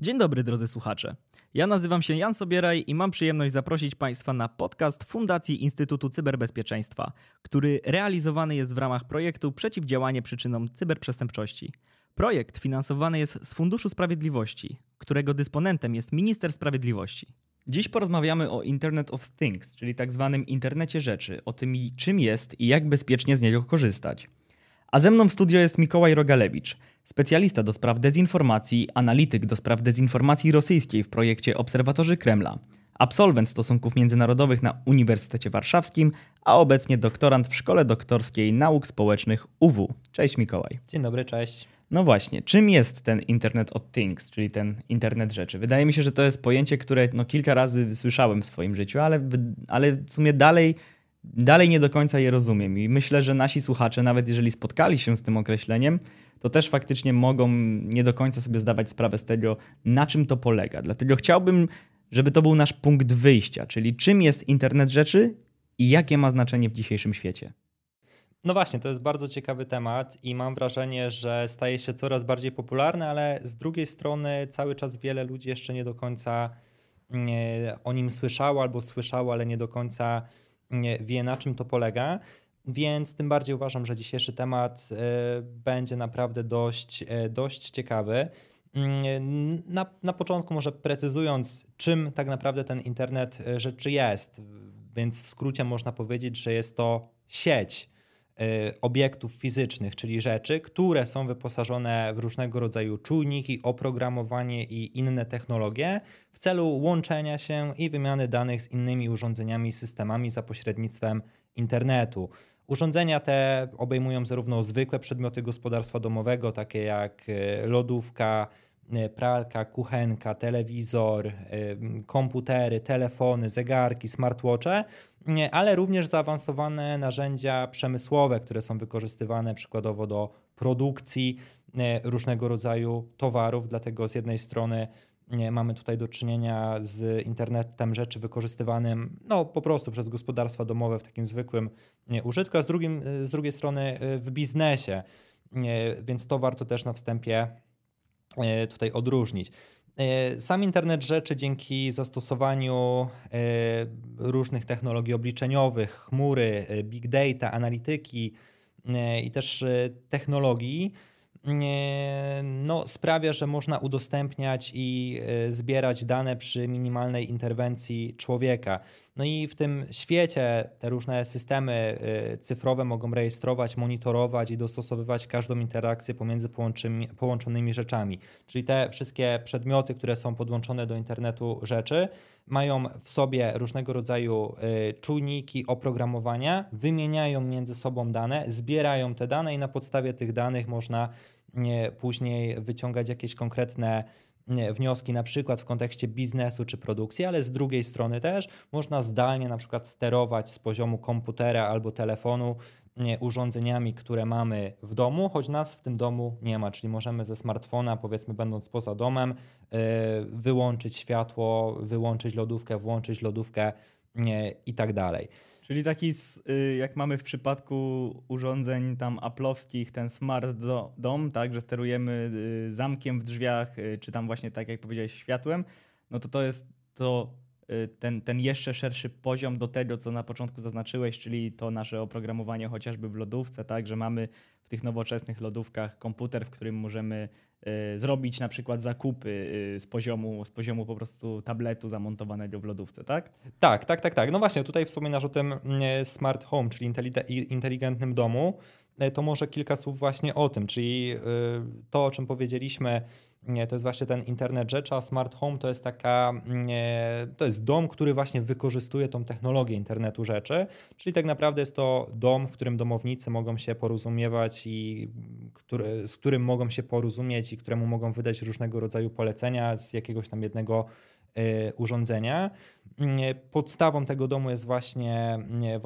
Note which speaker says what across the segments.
Speaker 1: Dzień dobry drodzy słuchacze. Ja nazywam się Jan Sobieraj i mam przyjemność zaprosić Państwa na podcast Fundacji Instytutu Cyberbezpieczeństwa, który realizowany jest w ramach projektu Przeciwdziałanie przyczynom cyberprzestępczości. Projekt finansowany jest z Funduszu Sprawiedliwości, którego dysponentem jest Minister Sprawiedliwości. Dziś porozmawiamy o Internet of Things, czyli tak zwanym internecie rzeczy, o tym czym jest i jak bezpiecznie z niego korzystać. A ze mną w studio jest Mikołaj Rogalewicz, specjalista do spraw dezinformacji, analityk do spraw dezinformacji rosyjskiej w projekcie Obserwatorzy Kremla, absolwent stosunków międzynarodowych na Uniwersytecie Warszawskim, a obecnie doktorant w Szkole Doktorskiej Nauk Społecznych UW. Cześć Mikołaj.
Speaker 2: Dzień dobry, cześć.
Speaker 1: No właśnie, czym jest ten Internet of Things, czyli ten internet rzeczy? Wydaje mi się, że to jest pojęcie, które kilka razy słyszałem w swoim życiu, ale w sumie dalej nie do końca je rozumiem i myślę, że nasi słuchacze, nawet jeżeli spotkali się z tym określeniem, to też faktycznie mogą nie do końca sobie zdawać sprawę z tego, na czym to polega. Dlatego chciałbym, żeby to był nasz punkt wyjścia, czyli czym jest internet rzeczy i jakie ma znaczenie w dzisiejszym świecie.
Speaker 2: No właśnie, to jest bardzo ciekawy temat i mam wrażenie, że staje się coraz bardziej popularny, ale z drugiej strony cały czas wiele ludzi jeszcze nie do końca o nim słyszało, ale nie do końca wie, na czym to polega. Więc tym bardziej uważam, że dzisiejszy temat będzie naprawdę dość ciekawy. Na początku może precyzując, czym tak naprawdę ten internet rzeczy jest. Więc w skrócie można powiedzieć, że jest to sieć obiektów fizycznych, czyli rzeczy, które są wyposażone w różnego rodzaju czujniki, oprogramowanie i inne technologie w celu łączenia się i wymiany danych z innymi urządzeniami i systemami za pośrednictwem internetu. Urządzenia te obejmują zarówno zwykłe przedmioty gospodarstwa domowego, takie jak lodówka, pralka, kuchenka, telewizor, komputery, telefony, zegarki, smartwatche, ale również zaawansowane narzędzia przemysłowe, które są wykorzystywane przykładowo do produkcji różnego rodzaju towarów. Dlatego z jednej strony mamy tutaj do czynienia z internetem rzeczy wykorzystywanym po prostu przez gospodarstwa domowe w takim zwykłym użytku, a z drugiej strony w biznesie, więc to warto też na wstępie tutaj odróżnić. Sam internet rzeczy dzięki zastosowaniu różnych technologii obliczeniowych, chmury, big data, analityki i też technologii sprawia, że można udostępniać i zbierać dane przy minimalnej interwencji człowieka. No i w tym świecie te różne systemy cyfrowe mogą rejestrować, monitorować i dostosowywać każdą interakcję pomiędzy połączonymi rzeczami. Czyli te wszystkie przedmioty, które są podłączone do internetu rzeczy, mają w sobie różnego rodzaju czujniki, oprogramowania, wymieniają między sobą dane, zbierają te dane i na podstawie tych danych można później wyciągać jakieś konkretne wnioski, na przykład w kontekście biznesu czy produkcji, ale z drugiej strony też można zdalnie na przykład sterować z poziomu komputera albo telefonu urządzeniami, które mamy w domu, choć nas w tym domu nie ma, czyli możemy ze smartfona, powiedzmy będąc poza domem, wyłączyć światło, wyłączyć lodówkę, włączyć lodówkę i tak dalej.
Speaker 1: Czyli taki, jak mamy w przypadku urządzeń tam Apple'owskich, ten smart dom, tak, że sterujemy zamkiem w drzwiach, czy tam właśnie tak jak powiedziałeś światłem, no to jest ten jeszcze szerszy poziom do tego, co na początku zaznaczyłeś, czyli to nasze oprogramowanie chociażby w lodówce, tak, że mamy w tych nowoczesnych lodówkach komputer, w którym możemy zrobić na przykład zakupy z poziomu po prostu tabletu zamontowanego w lodówce, tak?
Speaker 2: Tak. No właśnie, tutaj wspominasz o tym smart home, czyli inteligentnym domu. To może kilka słów właśnie o tym, czyli to, o czym powiedzieliśmy, to jest właśnie ten internet rzeczy, a smart home to jest dom, który właśnie wykorzystuje tą technologię internetu rzeczy, czyli tak naprawdę jest to dom, w którym domownicy mogą się porozumiewać z którym mogą się porozumieć i któremu mogą wydać różnego rodzaju polecenia z jakiegoś tam jednego urządzenia. Podstawą tego domu jest właśnie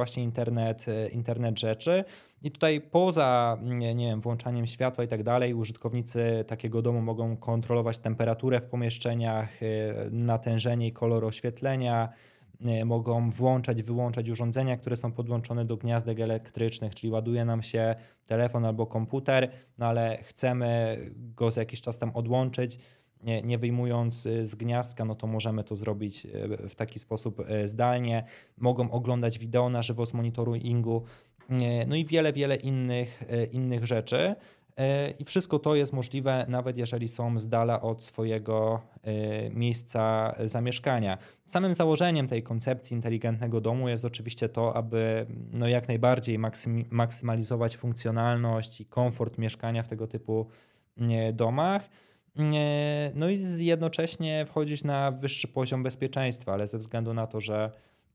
Speaker 2: internet rzeczy. I tutaj poza włączaniem światła i tak dalej, użytkownicy takiego domu mogą kontrolować temperaturę w pomieszczeniach, natężenie i kolor oświetlenia, mogą włączać, wyłączać urządzenia, które są podłączone do gniazdek elektrycznych, czyli ładuje nam się telefon albo komputer, no ale chcemy go za jakiś czas tam odłączyć, nie wyjmując z gniazdka, no to możemy to zrobić w taki sposób zdalnie. Mogą oglądać wideo na żywo z monitoringu, no i wiele innych rzeczy. I wszystko to jest możliwe, nawet jeżeli są z dala od swojego miejsca zamieszkania. Samym założeniem tej koncepcji inteligentnego domu jest oczywiście to, aby no jak najbardziej maksymalizować funkcjonalność i komfort mieszkania w tego typu domach. No i jednocześnie wchodzić na wyższy poziom bezpieczeństwa, ale ze względu na to, że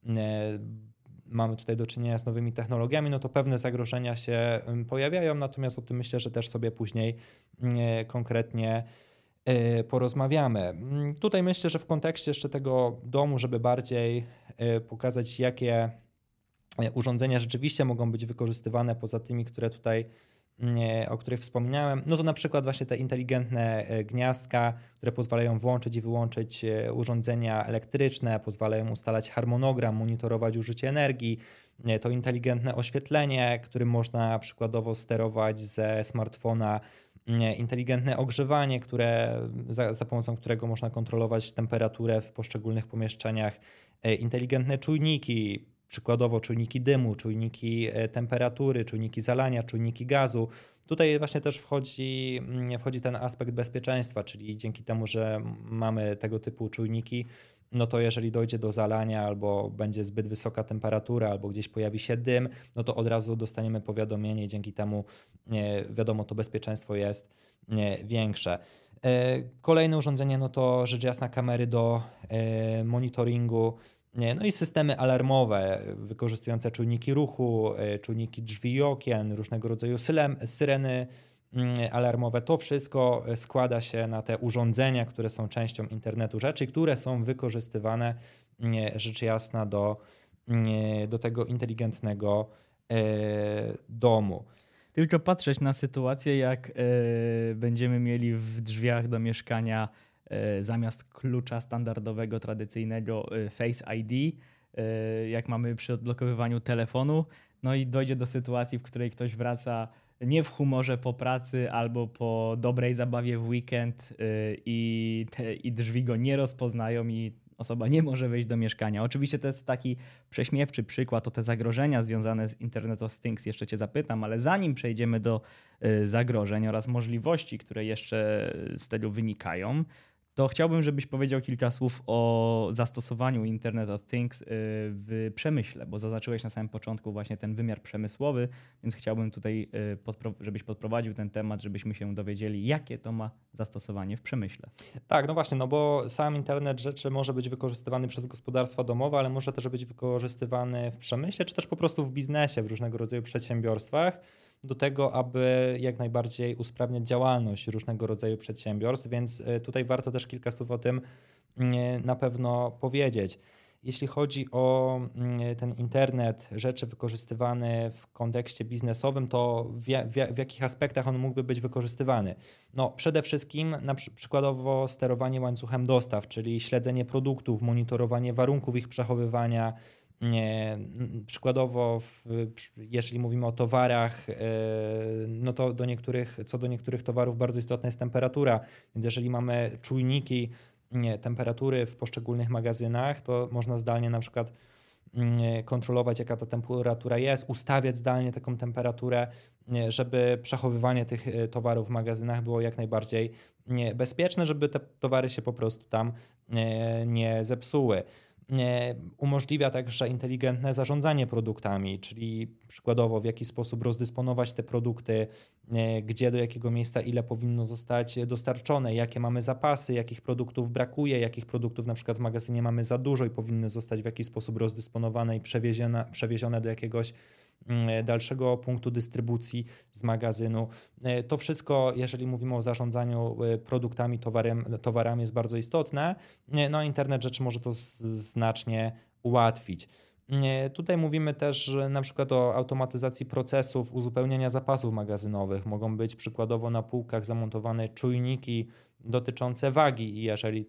Speaker 2: mamy tutaj do czynienia z nowymi technologiami, no to pewne zagrożenia się pojawiają, natomiast o tym myślę, że też sobie później konkretnie porozmawiamy. Tutaj myślę, że w kontekście jeszcze tego domu, żeby bardziej pokazać, jakie urządzenia rzeczywiście mogą być wykorzystywane poza tymi, które tutaj o których wspominałem, no to na przykład właśnie te inteligentne gniazdka, które pozwalają włączyć i wyłączyć urządzenia elektryczne, pozwalają ustalać harmonogram, monitorować użycie energii, to inteligentne oświetlenie, którym można przykładowo sterować ze smartfona, inteligentne ogrzewanie, za pomocą którego można kontrolować temperaturę w poszczególnych pomieszczeniach, inteligentne czujniki, przykładowo czujniki dymu, czujniki temperatury, czujniki zalania, czujniki gazu. Tutaj właśnie też wchodzi ten aspekt bezpieczeństwa, czyli dzięki temu, że mamy tego typu czujniki, no to jeżeli dojdzie do zalania albo będzie zbyt wysoka temperatura, albo gdzieś pojawi się dym, no to od razu dostaniemy powiadomienie i dzięki temu wiadomo, to bezpieczeństwo jest większe. Kolejne urządzenie, no to rzecz jasna kamery do monitoringu, no i systemy alarmowe wykorzystujące czujniki ruchu, czujniki drzwi i okien, różnego rodzaju syreny alarmowe. To wszystko składa się na te urządzenia, które są częścią internetu rzeczy, które są wykorzystywane rzecz jasna do tego inteligentnego domu.
Speaker 1: Tylko patrzeć na sytuację, jak będziemy mieli w drzwiach do mieszkania zamiast klucza standardowego, tradycyjnego Face ID, jak mamy przy odblokowywaniu telefonu, no i dojdzie do sytuacji, w której ktoś wraca nie w humorze po pracy albo po dobrej zabawie w weekend i drzwi go nie rozpoznają i osoba nie może wejść do mieszkania. Oczywiście to jest taki prześmiewczy przykład, o te zagrożenia związane z Internet of Things jeszcze cię zapytam, ale zanim przejdziemy do zagrożeń oraz możliwości, które jeszcze z tego wynikają, to chciałbym, żebyś powiedział kilka słów o zastosowaniu Internet of Things w przemyśle, bo zaznaczyłeś na samym początku właśnie ten wymiar przemysłowy, więc chciałbym tutaj, żebyś podprowadził ten temat, żebyśmy się dowiedzieli, jakie to ma zastosowanie w przemyśle.
Speaker 2: Tak, no właśnie, no bo sam internet rzeczy może być wykorzystywany przez gospodarstwa domowe, ale może też być wykorzystywany w przemyśle, czy też po prostu w biznesie, w różnego rodzaju przedsiębiorstwach, do tego, aby jak najbardziej usprawniać działalność różnego rodzaju przedsiębiorstw, więc tutaj warto też kilka słów o tym na pewno powiedzieć. Jeśli chodzi o ten internet rzeczy wykorzystywany w kontekście biznesowym, to w jakich aspektach on mógłby być wykorzystywany? No, przede wszystkim przykładowo sterowanie łańcuchem dostaw, czyli śledzenie produktów, monitorowanie warunków ich przechowywania. Przykładowo, jeżeli mówimy o towarach, no to co do niektórych towarów bardzo istotna jest temperatura, więc jeżeli mamy czujniki temperatury w poszczególnych magazynach, to można zdalnie na przykład kontrolować, jaka ta temperatura jest, ustawiać zdalnie taką temperaturę, żeby przechowywanie tych towarów w magazynach było jak najbardziej bezpieczne, żeby te towary się po prostu tam nie zepsuły. Umożliwia także inteligentne zarządzanie produktami, czyli przykładowo w jaki sposób rozdysponować te produkty, gdzie do jakiego miejsca ile powinno zostać dostarczone, jakie mamy zapasy, jakich produktów brakuje, jakich produktów na przykład w magazynie mamy za dużo i powinny zostać w jakiś sposób rozdysponowane i przewiezione do jakiegoś dalszego punktu dystrybucji z magazynu. To wszystko, jeżeli mówimy o zarządzaniu produktami, towarami jest bardzo istotne, no a internet rzeczy może to znacznie ułatwić. Tutaj mówimy też na przykład o automatyzacji procesów uzupełniania zapasów magazynowych. Mogą być przykładowo na półkach zamontowane czujniki dotyczące wagi i jeżeli tych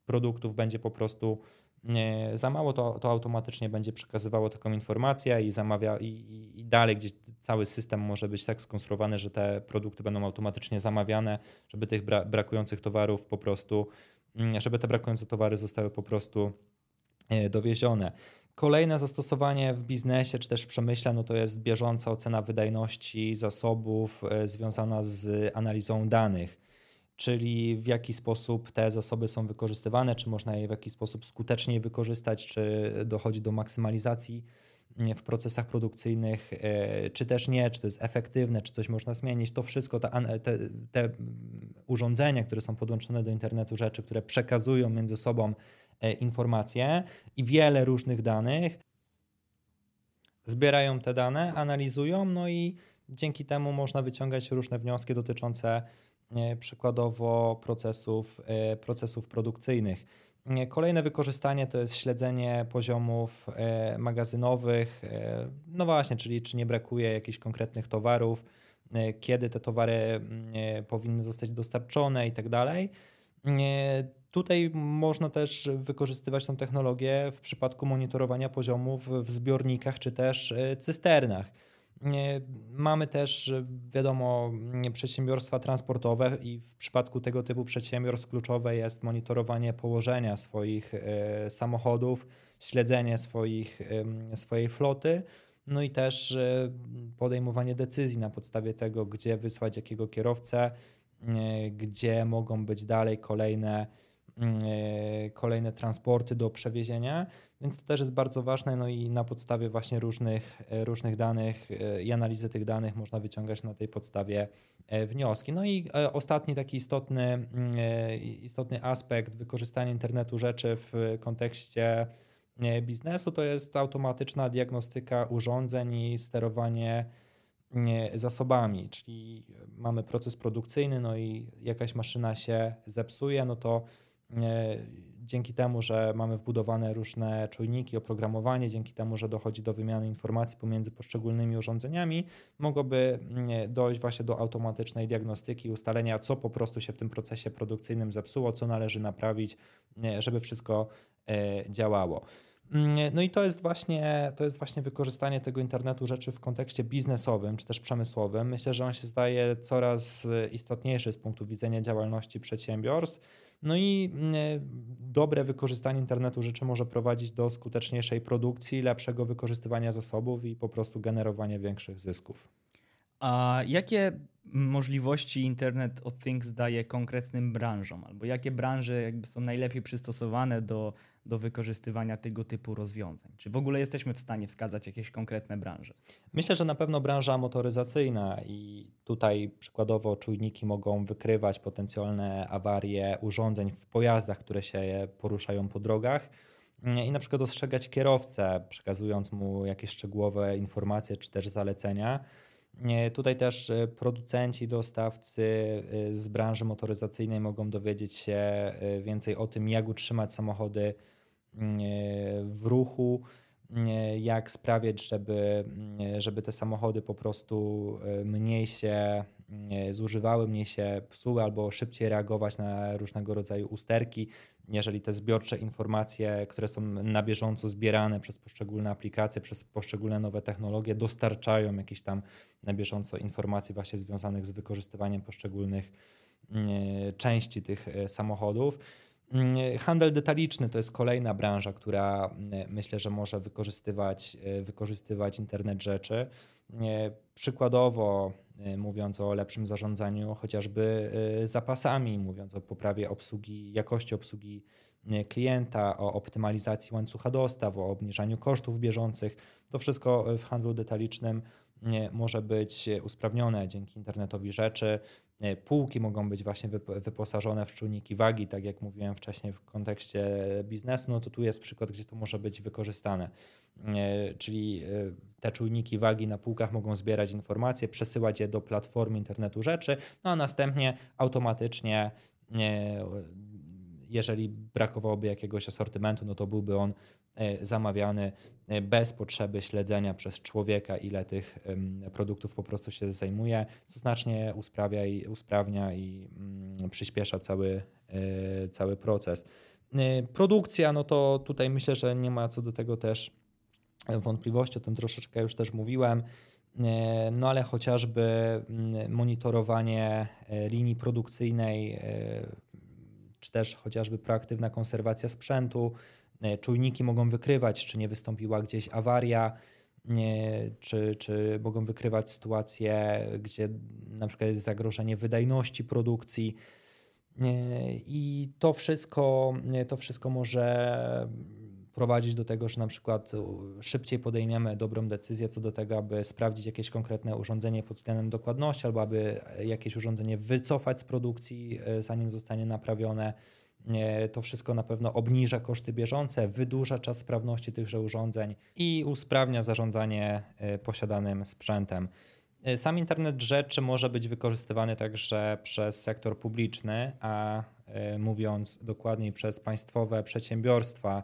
Speaker 2: produktów będzie po prostu za mało, to automatycznie będzie przekazywało taką informację i zamawia i dalej, gdzie cały system może być tak skonstruowany, że te produkty będą automatycznie zamawiane, żeby tych brakujących towarów po prostu, żeby te brakujące towary zostały po prostu dowiezione. Kolejne zastosowanie w biznesie czy też w przemyśle no to jest bieżąca ocena wydajności zasobów związana z analizą danych, czyli w jaki sposób te zasoby są wykorzystywane, czy można je w jakiś sposób skuteczniej wykorzystać, czy dochodzi do maksymalizacji w procesach produkcyjnych, czy też nie, czy to jest efektywne, czy coś można zmienić. To wszystko, te urządzenia, które są podłączone do internetu rzeczy, które przekazują między sobą informacje i wiele różnych danych, zbierają te dane, analizują, no i dzięki temu można wyciągać różne wnioski dotyczące przykładowo procesów produkcyjnych. Kolejne wykorzystanie to jest śledzenie poziomów magazynowych, no właśnie, czyli czy nie brakuje jakichś konkretnych towarów, kiedy te towary powinny zostać dostarczone i tak dalej. Tutaj można też wykorzystywać tą technologię w przypadku monitorowania poziomów w zbiornikach czy też cysternach. Mamy też, wiadomo, przedsiębiorstwa transportowe i w przypadku tego typu przedsiębiorstw kluczowe jest monitorowanie położenia swoich samochodów, śledzenie swojej floty, no i też podejmowanie decyzji na podstawie tego, gdzie wysłać jakiego kierowcę, gdzie mogą być dalej kolejne transporty do przewiezienia, więc to też jest bardzo ważne, no i na podstawie właśnie różnych danych i analizy tych danych można wyciągać na tej podstawie wnioski. No i ostatni taki istotny aspekt wykorzystania internetu rzeczy w kontekście biznesu to jest automatyczna diagnostyka urządzeń i sterowanie zasobami, czyli mamy proces produkcyjny, no i jakaś maszyna się zepsuje, no to dzięki temu, że mamy wbudowane różne czujniki, oprogramowanie, dzięki temu, że dochodzi do wymiany informacji pomiędzy poszczególnymi urządzeniami, mogłoby dojść właśnie do automatycznej diagnostyki, ustalenia, co po prostu się w tym procesie produkcyjnym zepsuło, co należy naprawić, żeby wszystko działało. No i to jest właśnie wykorzystanie tego internetu rzeczy w kontekście biznesowym czy też przemysłowym. Myślę, że on się staje coraz istotniejszy z punktu widzenia działalności przedsiębiorstw. No i dobre wykorzystanie internetu rzeczy może prowadzić do skuteczniejszej produkcji, lepszego wykorzystywania zasobów i po prostu generowania większych zysków.
Speaker 1: A jakie możliwości Internet of Things daje konkretnym branżom? Albo jakie branże jakby są najlepiej przystosowane do wykorzystywania tego typu rozwiązań? Czy w ogóle jesteśmy w stanie wskazać jakieś konkretne branże?
Speaker 2: Myślę, że na pewno branża motoryzacyjna i tutaj przykładowo czujniki mogą wykrywać potencjalne awarie urządzeń w pojazdach, które się poruszają po drogach i na przykład dostrzegać kierowcę, przekazując mu jakieś szczegółowe informacje czy też zalecenia. Tutaj też producenci, dostawcy z branży motoryzacyjnej mogą dowiedzieć się więcej o tym, jak utrzymać samochody w ruchu, jak sprawić, żeby te samochody po prostu mniej się zużywały, mniej się psuły albo szybciej reagować na różnego rodzaju usterki. Jeżeli te zbiorcze informacje, które są na bieżąco zbierane przez poszczególne aplikacje, przez poszczególne nowe technologie, dostarczają jakieś tam na bieżąco informacji właśnie związanych z wykorzystywaniem poszczególnych części tych samochodów. Handel detaliczny to jest kolejna branża, która myślę, że może wykorzystywać internet rzeczy. Przykładowo mówiąc o lepszym zarządzaniu chociażby zapasami, mówiąc o poprawie jakości obsługi klienta, o optymalizacji łańcucha dostaw, o obniżaniu kosztów bieżących. To wszystko w handlu detalicznym może być usprawnione dzięki internetowi rzeczy. Półki mogą być właśnie wyposażone w czujniki wagi, tak jak mówiłem wcześniej w kontekście biznesu, no to tu jest przykład, gdzie to może być wykorzystane. Czyli te czujniki wagi na półkach mogą zbierać informacje, przesyłać je do platformy internetu rzeczy, no a następnie automatycznie, jeżeli brakowałoby jakiegoś asortymentu, no to byłby on zamawiany bez potrzeby śledzenia przez człowieka, ile tych produktów po prostu się zajmuje, co znacznie usprawnia i przyspiesza cały proces. Produkcja, no to tutaj myślę, że nie ma co do tego też wątpliwości, o tym troszeczkę już też mówiłem, no ale chociażby monitorowanie linii produkcyjnej, czy też chociażby proaktywna konserwacja sprzętu, czujniki mogą wykrywać, czy nie wystąpiła gdzieś awaria, czy mogą wykrywać sytuacje, gdzie na przykład jest zagrożenie wydajności produkcji. I to wszystko może prowadzić do tego, że na przykład szybciej podejmiemy dobrą decyzję co do tego, aby sprawdzić jakieś konkretne urządzenie pod względem dokładności, albo aby jakieś urządzenie wycofać z produkcji, zanim zostanie naprawione. To wszystko na pewno obniża koszty bieżące, wydłuża czas sprawności tychże urządzeń i usprawnia zarządzanie posiadanym sprzętem. Sam internet rzeczy może być wykorzystywany także przez sektor publiczny, a mówiąc dokładniej przez państwowe przedsiębiorstwa,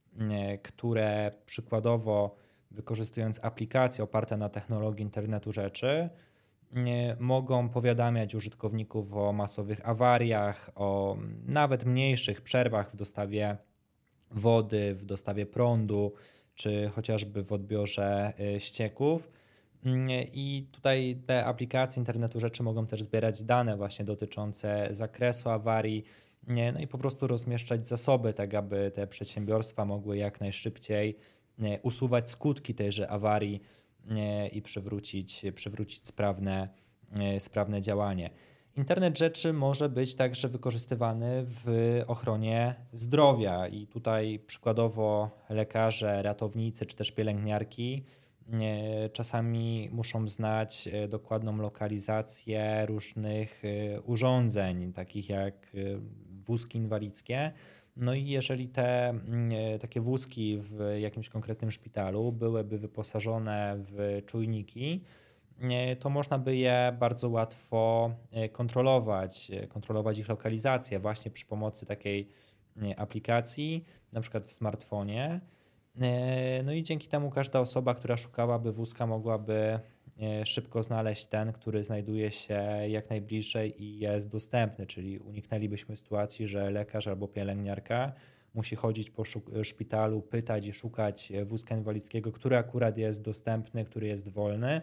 Speaker 2: które przykładowo wykorzystując aplikacje oparte na technologii internetu rzeczy, mogą powiadamiać użytkowników o masowych awariach, o nawet mniejszych przerwach w dostawie wody, w dostawie prądu, czy chociażby w odbiorze ścieków. I tutaj te aplikacje internetu rzeczy mogą też zbierać dane właśnie dotyczące zakresu awarii, no i po prostu rozmieszczać zasoby, tak aby te przedsiębiorstwa mogły jak najszybciej usuwać skutki tejże awarii i przywrócić sprawne działanie. Internet rzeczy może być także wykorzystywany w ochronie zdrowia i tutaj przykładowo lekarze, ratownicy czy też pielęgniarki czasami muszą znać dokładną lokalizację różnych urządzeń, takich jak wózki inwalidzkie. No i jeżeli takie wózki w jakimś konkretnym szpitalu byłyby wyposażone w czujniki, to można by je bardzo łatwo kontrolować ich lokalizację właśnie przy pomocy takiej aplikacji, na przykład w smartfonie. No i dzięki temu każda osoba, która szukałaby wózka, mogłaby szybko znaleźć ten, który znajduje się jak najbliżej i jest dostępny, czyli uniknęlibyśmy sytuacji, że lekarz albo pielęgniarka musi chodzić po szpitalu, pytać i szukać wózka inwalidzkiego, który akurat jest dostępny, który jest wolny,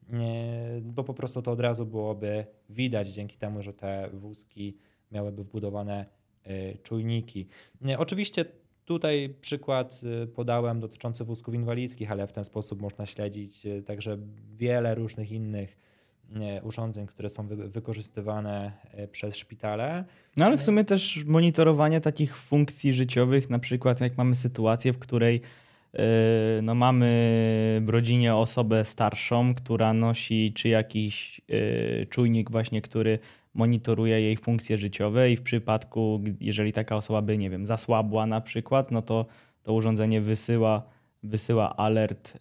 Speaker 2: bo po prostu to od razu byłoby widać dzięki temu, że te wózki miałyby wbudowane czujniki. Oczywiście tutaj przykład podałem dotyczący wózków inwalidzkich, ale w ten sposób można śledzić także wiele różnych innych urządzeń, które są wykorzystywane przez szpitale.
Speaker 1: No ale w sumie też monitorowanie takich funkcji życiowych, na przykład jak mamy sytuację, w której no mamy w rodzinie osobę starszą, która nosi czy jakiś czujnik właśnie, który monitoruje jej funkcje życiowe i w przypadku, jeżeli taka osoba by, nie wiem, zasłabła na przykład, no to urządzenie wysyła alert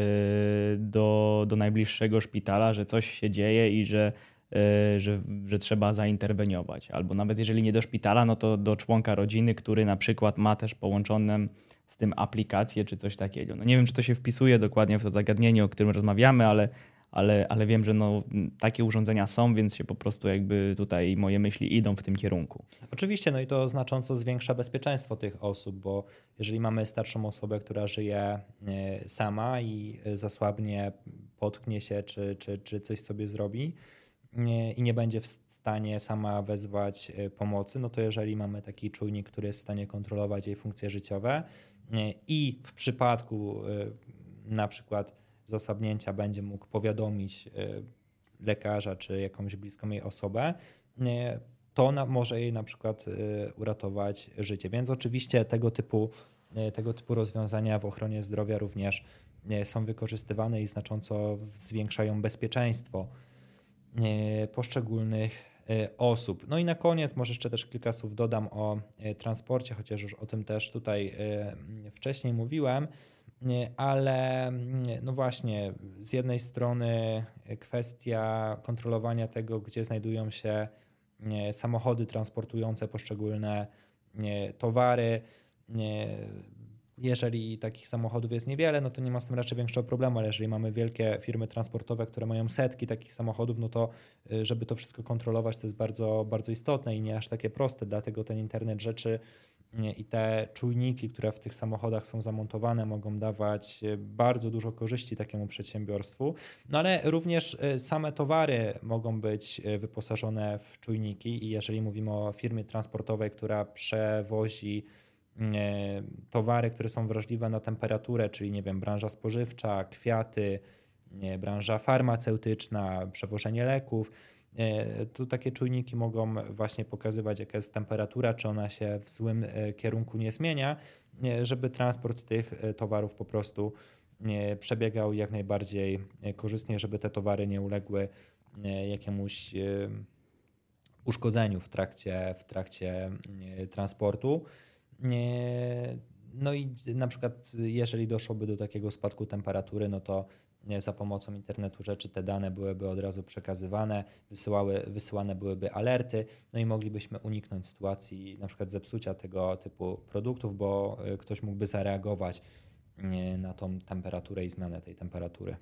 Speaker 1: do najbliższego szpitala, że coś się dzieje i że trzeba zainterweniować. Albo nawet jeżeli nie do szpitala, no to do członka rodziny, który na przykład ma też połączoną z tym aplikację czy coś takiego. No nie wiem, czy to się wpisuje dokładnie w to zagadnienie, o którym rozmawiamy, ale wiem, że no, takie urządzenia są, więc się po prostu jakby tutaj moje myśli idą w tym kierunku.
Speaker 2: Oczywiście, no i to znacząco zwiększa bezpieczeństwo tych osób, bo jeżeli mamy starszą osobę, która żyje sama i zasłabnie, potknie się czy coś sobie zrobi i nie będzie w stanie sama wezwać pomocy, no to jeżeli mamy taki czujnik, który jest w stanie kontrolować jej funkcje życiowe i w przypadku na przykład zasłabnięcia będzie mógł powiadomić lekarza czy jakąś bliską jej osobę, to może jej na przykład uratować życie. Więc oczywiście tego typu rozwiązania w ochronie zdrowia również są wykorzystywane i znacząco zwiększają bezpieczeństwo poszczególnych osób. No i na koniec może jeszcze też kilka słów dodam o transporcie, chociaż już o tym też tutaj wcześniej mówiłem. Ale no właśnie, z jednej strony kwestia kontrolowania tego, gdzie znajdują się samochody transportujące poszczególne towary. Jeżeli takich samochodów jest niewiele, no to nie ma z tym raczej większego problemu, ale jeżeli mamy wielkie firmy transportowe, które mają setki takich samochodów, no to żeby to wszystko kontrolować, to jest bardzo, bardzo istotne i nie aż takie proste, dlatego ten internet rzeczy i te czujniki, które w tych samochodach są zamontowane, mogą dawać bardzo dużo korzyści takiemu przedsiębiorstwu, no ale również same towary mogą być wyposażone w czujniki i jeżeli mówimy o firmie transportowej, która przewozi towary, które są wrażliwe na temperaturę, czyli nie wiem, branża spożywcza, kwiaty, branża farmaceutyczna, przewożenie leków, tu takie czujniki mogą właśnie pokazywać, jaka jest temperatura, czy ona się w złym kierunku nie zmienia, żeby transport tych towarów po prostu przebiegał jak najbardziej korzystnie, żeby te towary nie uległy jakiemuś uszkodzeniu w trakcie transportu. No i na przykład jeżeli doszłoby do takiego spadku temperatury, no to za pomocą internetu rzeczy te dane byłyby od razu przekazywane, wysyłane byłyby alerty, no i moglibyśmy uniknąć sytuacji na przykład zepsucia tego typu produktów, bo ktoś mógłby zareagować na tą temperaturę i zmianę tej temperatury.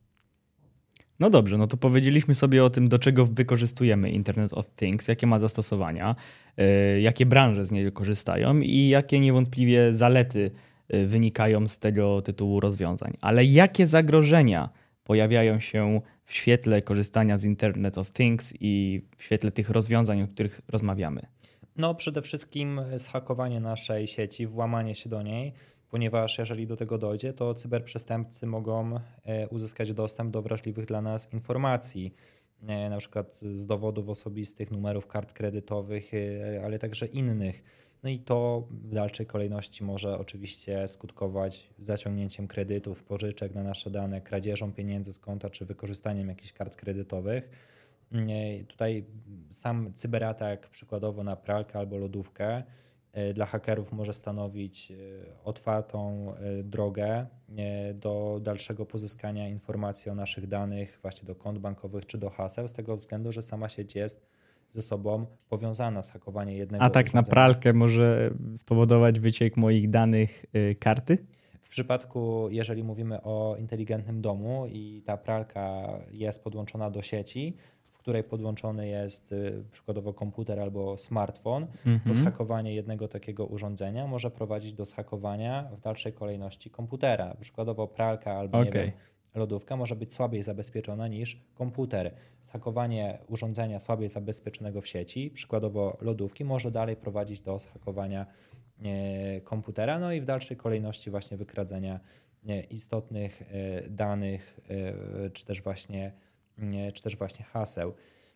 Speaker 1: No dobrze, no to powiedzieliśmy sobie o tym, do czego wykorzystujemy Internet of Things, jakie ma zastosowania, jakie branże z niego korzystają i jakie niewątpliwie zalety wynikają z tego tytułu rozwiązań. Ale jakie zagrożenia pojawiają się w świetle korzystania z Internet of Things i w świetle tych rozwiązań, o których rozmawiamy?
Speaker 2: No przede wszystkim zhakowanie naszej sieci, włamanie się do niej, ponieważ jeżeli do tego dojdzie, to cyberprzestępcy mogą uzyskać dostęp do wrażliwych dla nas informacji, na przykład z dowodów osobistych, numerów kart kredytowych, ale także innych. No i to w dalszej kolejności może oczywiście skutkować zaciągnięciem kredytów, pożyczek na nasze dane, kradzieżą pieniędzy z konta czy wykorzystaniem jakichś kart kredytowych. Tutaj sam cyberatak przykładowo na pralkę albo lodówkę dla hakerów może stanowić otwartą drogę do dalszego pozyskania informacji o naszych danych właśnie do kont bankowych czy do haseł z tego względu, że sama sieć jest ze sobą powiązana z hakowaniem jednego
Speaker 1: A tak
Speaker 2: urządzenia.
Speaker 1: na pralkę może spowodować wyciek moich danych karty?
Speaker 2: W przypadku, jeżeli mówimy o inteligentnym domu i ta pralka jest podłączona do sieci, w której podłączony jest przykładowo komputer albo smartfon, to zhakowanie jednego takiego urządzenia może prowadzić do zhakowania w dalszej kolejności komputera. Przykładowo pralka albo nie wiem, lodówka może być słabiej zabezpieczona niż komputer. Zhakowanie urządzenia słabiej zabezpieczonego w sieci, przykładowo lodówki, może dalej prowadzić do zhakowania komputera, no i w dalszej kolejności właśnie wykradzenia istotnych danych, czy też właśnie haseł.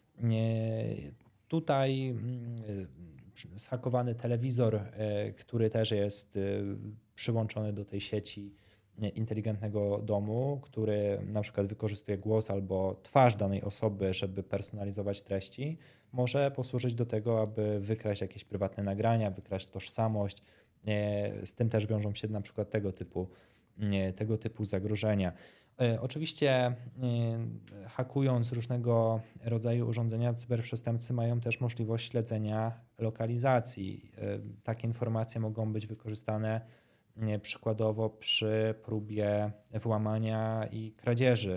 Speaker 2: Tutaj zhakowany telewizor, który też jest przyłączony do tej sieci inteligentnego domu, który na przykład wykorzystuje głos albo twarz danej osoby, żeby personalizować treści, może posłużyć do tego, aby wykraść jakieś prywatne nagrania, wykraść tożsamość. Z tym też wiążą się na przykład tego typu zagrożenia. Oczywiście hakując różnego rodzaju urządzenia, cyberprzestępcy mają też możliwość śledzenia lokalizacji. Takie informacje mogą być wykorzystane przykładowo przy próbie włamania i kradzieży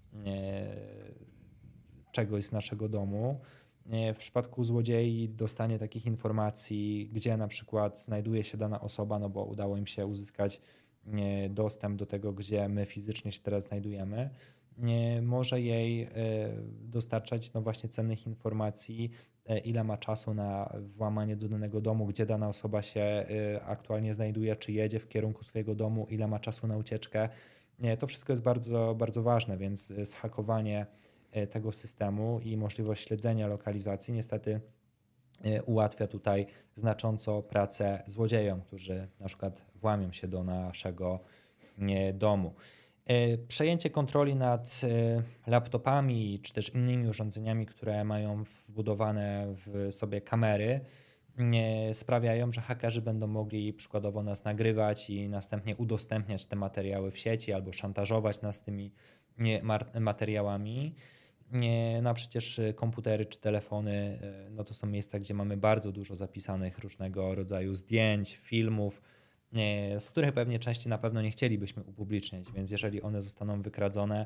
Speaker 2: czegoś z naszego domu. W przypadku złodziei dostanie takich informacji, gdzie na przykład znajduje się dana osoba, no bo udało im się uzyskać dostęp do tego, gdzie my fizycznie się teraz znajdujemy, może jej dostarczać no właśnie cennych informacji, ile ma czasu na włamanie do danego domu, gdzie dana osoba się aktualnie znajduje, czy jedzie w kierunku swojego domu, ile ma czasu na ucieczkę. To wszystko jest bardzo, bardzo ważne, więc zhakowanie tego systemu i możliwość śledzenia lokalizacji niestety ułatwia tutaj znacząco pracę złodziejom, którzy na przykład włamią się do naszego domu. Przejęcie kontroli nad laptopami czy też innymi urządzeniami, które mają wbudowane w sobie kamery, sprawiają, że hakerzy będą mogli przykładowo nas nagrywać i następnie udostępniać te materiały w sieci albo szantażować nas tymi materiałami. No a przecież komputery czy telefony no to są miejsca, gdzie mamy bardzo dużo zapisanych różnego rodzaju zdjęć, filmów, z których pewnie części na pewno nie chcielibyśmy upubliczniać, więc jeżeli one zostaną wykradzone,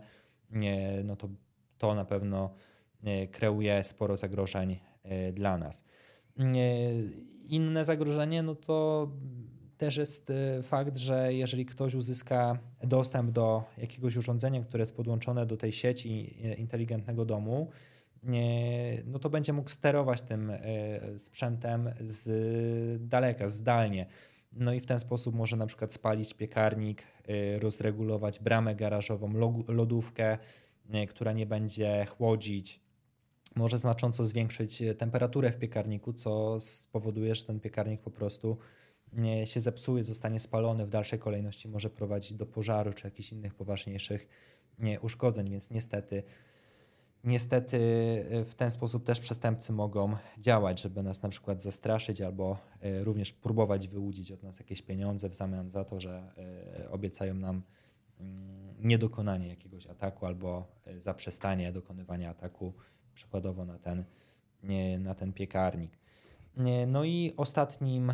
Speaker 2: no to na pewno kreuje sporo zagrożeń dla nas. Inne zagrożenie, no to też jest fakt, że jeżeli ktoś uzyska dostęp do jakiegoś urządzenia, które jest podłączone do tej sieci inteligentnego domu, no to będzie mógł sterować tym sprzętem z daleka, zdalnie. No i w ten sposób może na przykład spalić piekarnik, rozregulować bramę garażową, lodówkę, która nie będzie chłodzić. Może znacząco zwiększyć temperaturę w piekarniku, co spowoduje, że ten piekarnik po prostu się zepsuje, zostanie spalony, w dalszej kolejności może prowadzić do pożaru czy jakichś innych poważniejszych uszkodzeń, więc niestety w ten sposób też przestępcy mogą działać, żeby nas na przykład zastraszyć albo również próbować wyłudzić od nas jakieś pieniądze w zamian za to, że obiecają nam niedokonanie jakiegoś ataku albo zaprzestanie dokonywania ataku przykładowo na ten piekarnik. No i ostatnim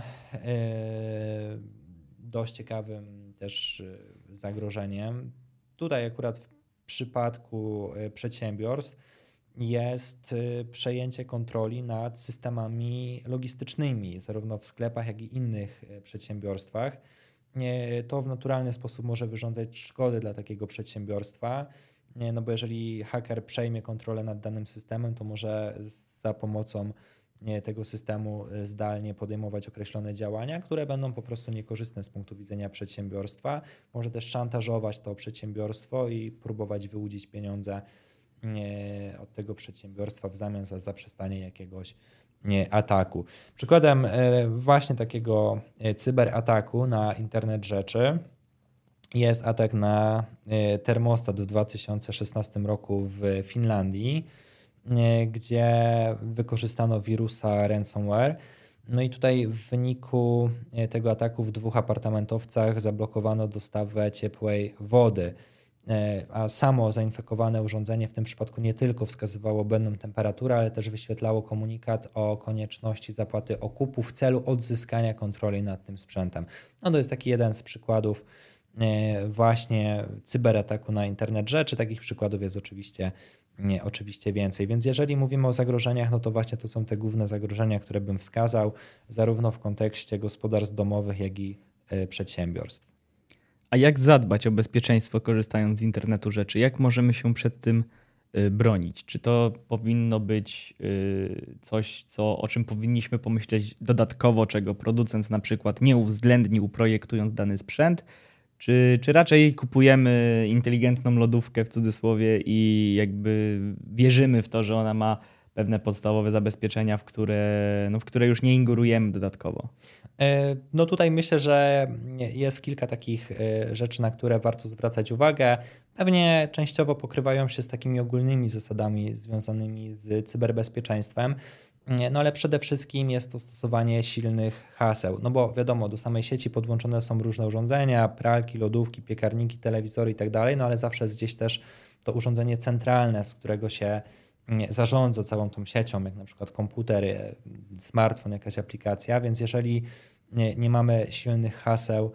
Speaker 2: dość ciekawym też zagrożeniem, tutaj akurat w przypadku przedsiębiorstw, jest przejęcie kontroli nad systemami logistycznymi, zarówno w sklepach, jak i innych przedsiębiorstwach. To w naturalny sposób może wyrządzać szkody dla takiego przedsiębiorstwa, no bo jeżeli haker przejmie kontrolę nad danym systemem, to może za pomocą tego systemu zdalnie podejmować określone działania, które będą po prostu niekorzystne z punktu widzenia przedsiębiorstwa. Może też szantażować to przedsiębiorstwo i próbować wyłudzić pieniądze od tego przedsiębiorstwa w zamian za zaprzestanie jakiegoś ataku. Przykładem właśnie takiego cyberataku na internet rzeczy jest atak na termostat w 2016 roku w Finlandii, gdzie wykorzystano wirusa ransomware. No i tutaj w wyniku tego ataku w 2 apartamentowcach zablokowano dostawę ciepłej wody, a samo zainfekowane urządzenie w tym przypadku nie tylko wskazywało błędną temperaturę, ale też wyświetlało komunikat o konieczności zapłaty okupu w celu odzyskania kontroli nad tym sprzętem. No to jest taki jeden z przykładów właśnie cyberataku na internet rzeczy. Takich przykładów jest oczywiście więcej. Więc jeżeli mówimy o zagrożeniach, no to właśnie to są te główne zagrożenia, które bym wskazał, zarówno w kontekście gospodarstw domowych, jak i przedsiębiorstw.
Speaker 1: A jak zadbać o bezpieczeństwo korzystając z internetu rzeczy? Jak możemy się przed tym bronić? Czy to powinno być coś, o czym powinniśmy pomyśleć dodatkowo, czego producent na przykład nie uwzględnił projektując dany sprzęt? Czy raczej kupujemy inteligentną lodówkę w cudzysłowie i jakby wierzymy w to, że ona ma pewne podstawowe zabezpieczenia, w które już nie ingerujemy dodatkowo?
Speaker 2: No tutaj myślę, że jest kilka takich rzeczy, na które warto zwracać uwagę. Pewnie częściowo pokrywają się z takimi ogólnymi zasadami związanymi z cyberbezpieczeństwem. No ale przede wszystkim jest to stosowanie silnych haseł, no bo wiadomo, do samej sieci podłączone są różne urządzenia, pralki, lodówki, piekarniki, telewizory i tak dalej, no ale zawsze jest gdzieś też to urządzenie centralne, z którego się zarządza całą tą siecią, jak na przykład komputer, smartfon, jakaś aplikacja, więc jeżeli nie mamy silnych haseł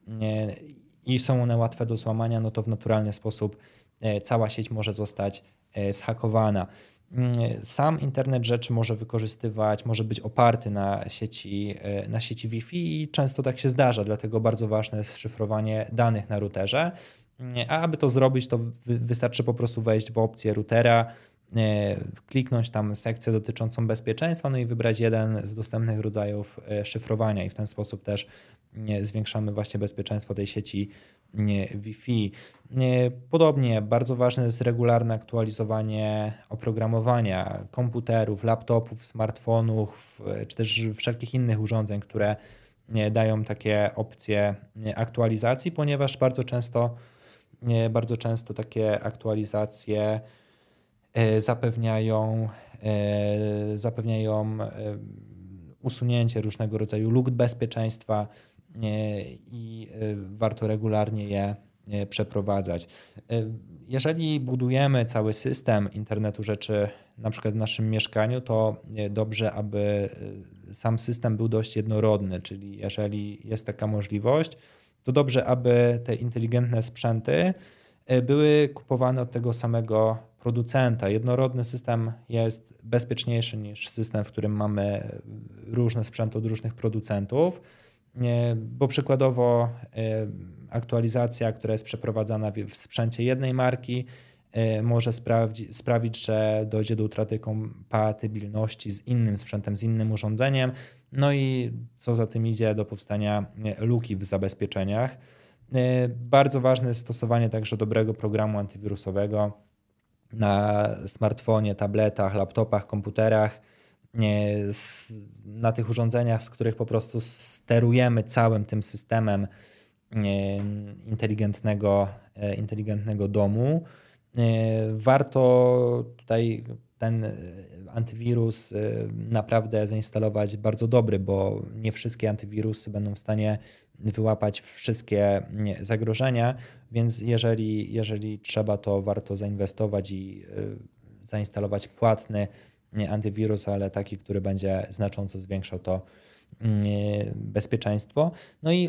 Speaker 2: i są one łatwe do złamania, no to w naturalny sposób cała sieć może zostać zhakowana. Sam internet rzeczy może być oparty na sieci Wi-Fi i często tak się zdarza, dlatego bardzo ważne jest szyfrowanie danych na routerze. A aby to zrobić, to wystarczy po prostu wejść w opcję routera, kliknąć tam sekcję dotyczącą bezpieczeństwa, no i wybrać jeden z dostępnych rodzajów szyfrowania i w ten sposób też zwiększamy właśnie bezpieczeństwo tej sieci Wi-Fi. Podobnie bardzo ważne jest regularne aktualizowanie oprogramowania komputerów, laptopów, smartfonów, czy też wszelkich innych urządzeń, które dają takie opcje aktualizacji, ponieważ bardzo często takie aktualizacje zapewniają usunięcie różnego rodzaju luk bezpieczeństwa i warto regularnie je przeprowadzać. Jeżeli budujemy cały system internetu rzeczy na przykład w naszym mieszkaniu, to dobrze, aby sam system był dość jednorodny, czyli jeżeli jest taka możliwość, to dobrze, aby te inteligentne sprzęty były kupowane od tego samego producenta. Jednorodny system jest bezpieczniejszy niż system, w którym mamy różne sprzęty od różnych producentów, bo przykładowo aktualizacja, która jest przeprowadzana w sprzęcie jednej marki, może sprawić, że dojdzie do utraty kompatybilności z innym sprzętem, z innym urządzeniem, no i co za tym idzie, do powstania luki w zabezpieczeniach. Bardzo ważne jest stosowanie także dobrego programu antywirusowego na smartfonie, tabletach, laptopach, komputerach, na tych urządzeniach, z których po prostu sterujemy całym tym systemem inteligentnego domu. Warto tutaj ten antywirus naprawdę zainstalować bardzo dobry, bo nie wszystkie antywirusy będą w stanie wyłapać wszystkie zagrożenia, więc jeżeli trzeba, to warto zainwestować i zainstalować płatny antywirus, ale taki, który będzie znacząco zwiększał to bezpieczeństwo. No i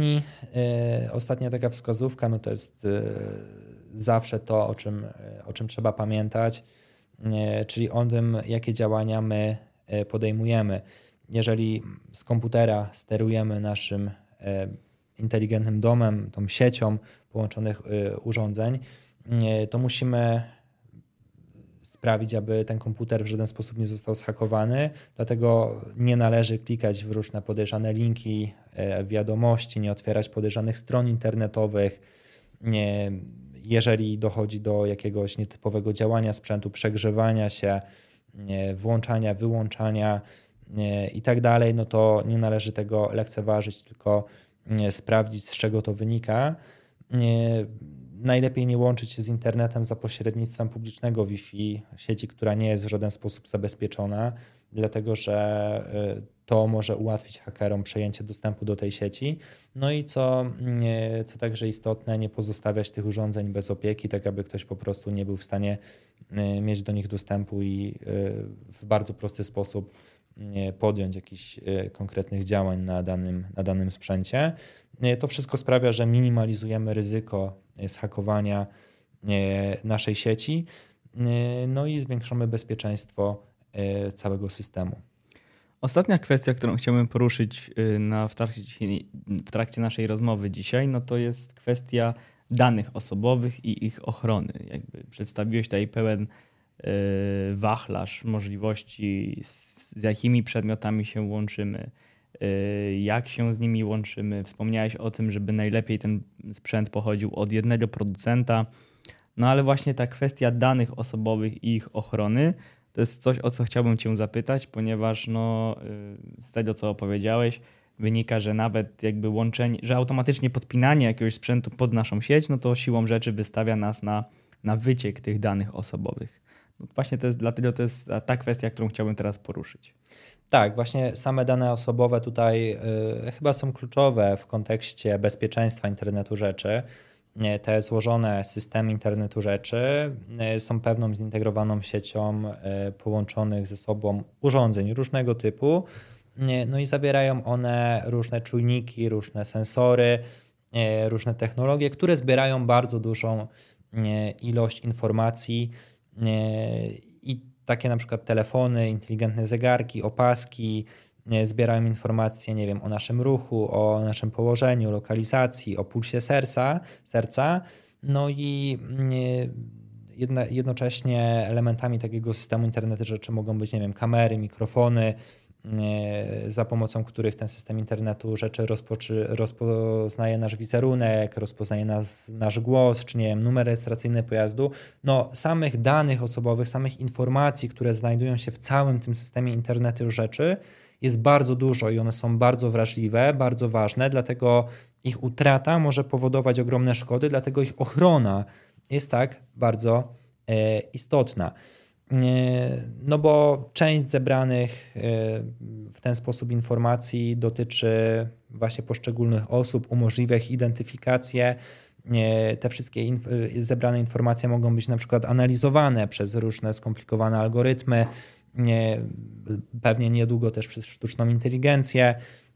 Speaker 2: ostatnia taka wskazówka, no to jest zawsze to, o czym trzeba pamiętać, czyli o tym, jakie działania my podejmujemy. Jeżeli z komputera sterujemy naszym inteligentnym domem, tą siecią połączonych urządzeń, to musimy sprawić, aby ten komputer w żaden sposób nie został zhakowany, dlatego nie należy klikać w różne podejrzane linki, wiadomości, nie otwierać podejrzanych stron internetowych. Jeżeli dochodzi do jakiegoś nietypowego działania sprzętu, przegrzewania się, włączania, wyłączania i tak dalej, no to nie należy tego lekceważyć, tylko sprawdzić, z czego to wynika. Najlepiej nie łączyć się z internetem za pośrednictwem publicznego Wi-Fi, sieci, która nie jest w żaden sposób zabezpieczona, dlatego że to może ułatwić hakerom przejęcie dostępu do tej sieci. No i co także istotne, nie pozostawiać tych urządzeń bez opieki, tak aby ktoś po prostu nie był w stanie mieć do nich dostępu i w bardzo prosty sposób podjąć jakichś konkretnych działań na danym sprzęcie. To wszystko sprawia, że minimalizujemy ryzyko zhakowania naszej sieci, no i zwiększamy bezpieczeństwo całego systemu.
Speaker 1: Ostatnia kwestia, którą chciałbym poruszyć w trakcie naszej rozmowy dzisiaj, no to jest kwestia danych osobowych i ich ochrony. Jakby przedstawiłeś tutaj pełen wachlarz możliwości, z jakimi przedmiotami się łączymy, jak się z nimi łączymy. Wspomniałeś o tym, żeby najlepiej ten sprzęt pochodził od jednego producenta, no ale właśnie ta kwestia danych osobowych i ich ochrony to jest coś, o co chciałbym Cię zapytać, ponieważ z tego, co opowiedziałeś, wynika, że nawet jakby łączenie, że automatycznie podpinanie jakiegoś sprzętu pod naszą sieć, no to siłą rzeczy wystawia nas na wyciek tych danych osobowych. No właśnie dlatego to jest ta kwestia, którą chciałbym teraz poruszyć.
Speaker 2: Tak, właśnie same dane osobowe tutaj chyba są kluczowe w kontekście bezpieczeństwa internetu rzeczy. Te złożone systemy internetu rzeczy są pewną zintegrowaną siecią połączonych ze sobą urządzeń różnego typu, no i zawierają one różne czujniki, różne sensory, różne technologie, które zbierają bardzo dużą ilość informacji i takie na przykład telefony, inteligentne zegarki, opaski zbierają informacje, nie wiem, o naszym ruchu, o naszym położeniu, lokalizacji, o pulsie serca. No i jednocześnie elementami takiego systemu internetu rzeczy mogą być, nie wiem, kamery, mikrofony, za pomocą których ten system internetu rzeczy rozpoznaje nasz wizerunek, rozpoznaje nasz głos, czy nie wiem, numer rejestracyjny pojazdu. No, samych danych osobowych, samych informacji, które znajdują się w całym tym systemie internetu rzeczy jest bardzo dużo i one są bardzo wrażliwe, bardzo ważne, dlatego ich utrata może powodować ogromne szkody, dlatego ich ochrona jest tak bardzo istotna. No bo część zebranych w ten sposób informacji dotyczy właśnie poszczególnych osób, umożliwia ich identyfikację. Te wszystkie zebrane informacje mogą być na przykład analizowane przez różne skomplikowane algorytmy, pewnie niedługo też przez sztuczną inteligencję.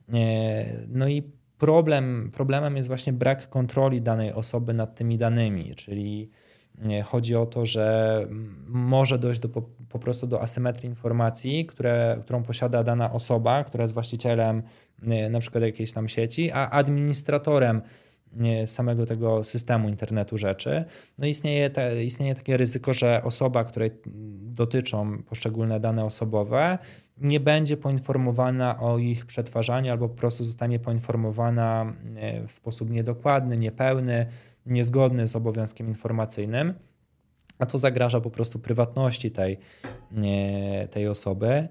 Speaker 2: No i problemem jest właśnie brak kontroli danej osoby nad tymi danymi, czyli Chodzi o to, że może dojść po prostu do asymetrii informacji, którą posiada dana osoba, która jest właścicielem na przykład jakiejś tam sieci, a administratorem samego tego systemu internetu rzeczy. No istnieje takie ryzyko, że osoba, której dotyczą poszczególne dane osobowe, nie będzie poinformowana o ich przetwarzaniu albo po prostu zostanie poinformowana w sposób niedokładny, niepełny, niezgodny z obowiązkiem informacyjnym, a to zagraża po prostu prywatności tej osoby.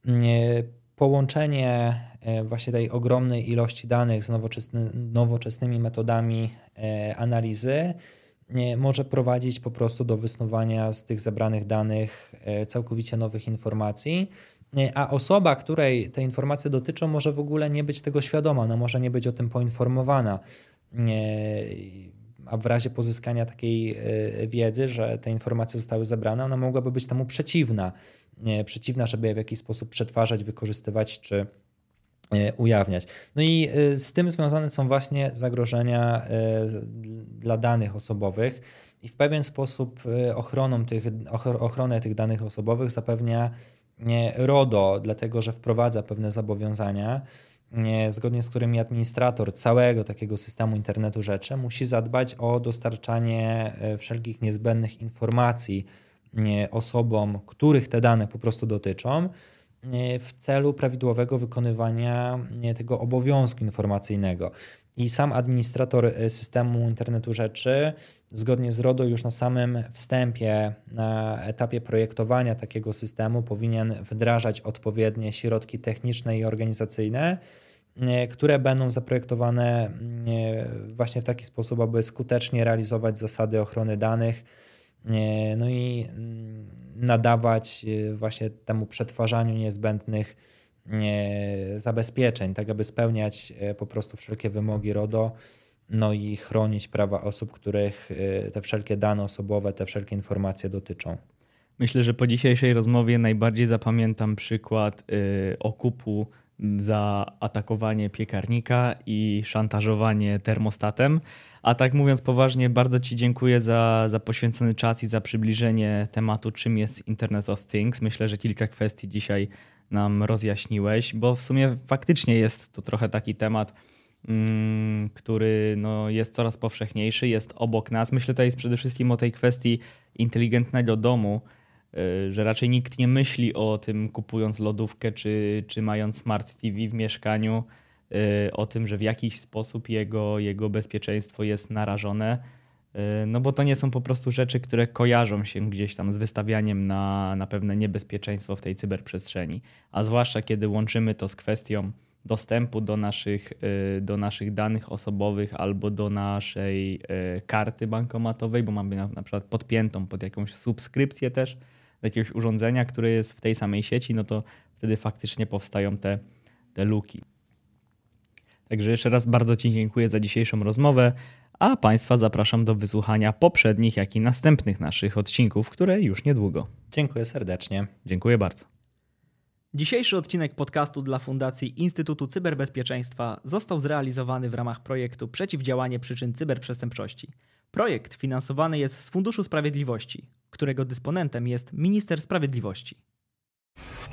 Speaker 2: Połączenie właśnie tej ogromnej ilości danych z nowoczesnymi metodami analizy może prowadzić po prostu do wysnuwania z tych zebranych danych całkowicie nowych informacji, a osoba, której te informacje dotyczą, może w ogóle nie być tego świadoma, ona może nie być o tym poinformowana, a w razie pozyskania takiej wiedzy, że te informacje zostały zebrane, ona mogłaby być temu przeciwna, żeby je w jakiś sposób przetwarzać, wykorzystywać czy ujawniać. No i z tym związane są właśnie zagrożenia dla danych osobowych i w pewien sposób ochronę tych danych osobowych zapewnia RODO, dlatego że wprowadza pewne zobowiązania, zgodnie z którymi administrator całego takiego systemu internetu rzeczy musi zadbać o dostarczanie wszelkich niezbędnych informacji osobom, których te dane po prostu dotyczą, w celu prawidłowego wykonywania tego obowiązku informacyjnego. I sam administrator systemu internetu rzeczy zgodnie z RODO już na samym wstępie, na etapie projektowania takiego systemu powinien wdrażać odpowiednie środki techniczne i organizacyjne, które będą zaprojektowane właśnie w taki sposób, aby skutecznie realizować zasady ochrony danych, no i nadawać właśnie temu przetwarzaniu niezbędnych zabezpieczeń, tak aby spełniać po prostu wszelkie wymogi RODO, no i chronić prawa osób, których te wszelkie dane osobowe, te wszelkie informacje dotyczą.
Speaker 1: Myślę, że po dzisiejszej rozmowie najbardziej zapamiętam przykład okupu za atakowanie piekarnika i szantażowanie termostatem. A tak mówiąc poważnie, bardzo Ci dziękuję za poświęcony czas i za przybliżenie tematu, czym jest Internet of Things. Myślę, że kilka kwestii dzisiaj nam rozjaśniłeś, bo w sumie faktycznie jest to trochę taki temat, który jest coraz powszechniejszy, jest obok nas. Myślę tutaj jest przede wszystkim o tej kwestii inteligentnego domu, że raczej nikt nie myśli o tym, kupując lodówkę czy mając smart TV w mieszkaniu, o tym, że w jakiś sposób jego bezpieczeństwo jest narażone, no bo to nie są po prostu rzeczy, które kojarzą się gdzieś tam z wystawianiem na pewne niebezpieczeństwo w tej cyberprzestrzeni, a zwłaszcza kiedy łączymy to z kwestią dostępu do naszych danych osobowych albo do naszej karty bankomatowej, bo mamy na przykład podpiętą pod jakąś subskrypcję też do jakiegoś urządzenia, które jest w tej samej sieci, no to wtedy faktycznie powstają te luki. Także jeszcze raz bardzo Ci dziękuję za dzisiejszą rozmowę, a Państwa zapraszam do wysłuchania poprzednich, jak i następnych naszych odcinków, które już niedługo.
Speaker 2: Dziękuję serdecznie.
Speaker 1: Dziękuję bardzo. Dzisiejszy odcinek podcastu dla Fundacji Instytutu Cyberbezpieczeństwa został zrealizowany w ramach projektu Przeciwdziałanie przyczyn cyberprzestępczości. Projekt finansowany jest z Funduszu Sprawiedliwości, którego dysponentem jest Minister Sprawiedliwości.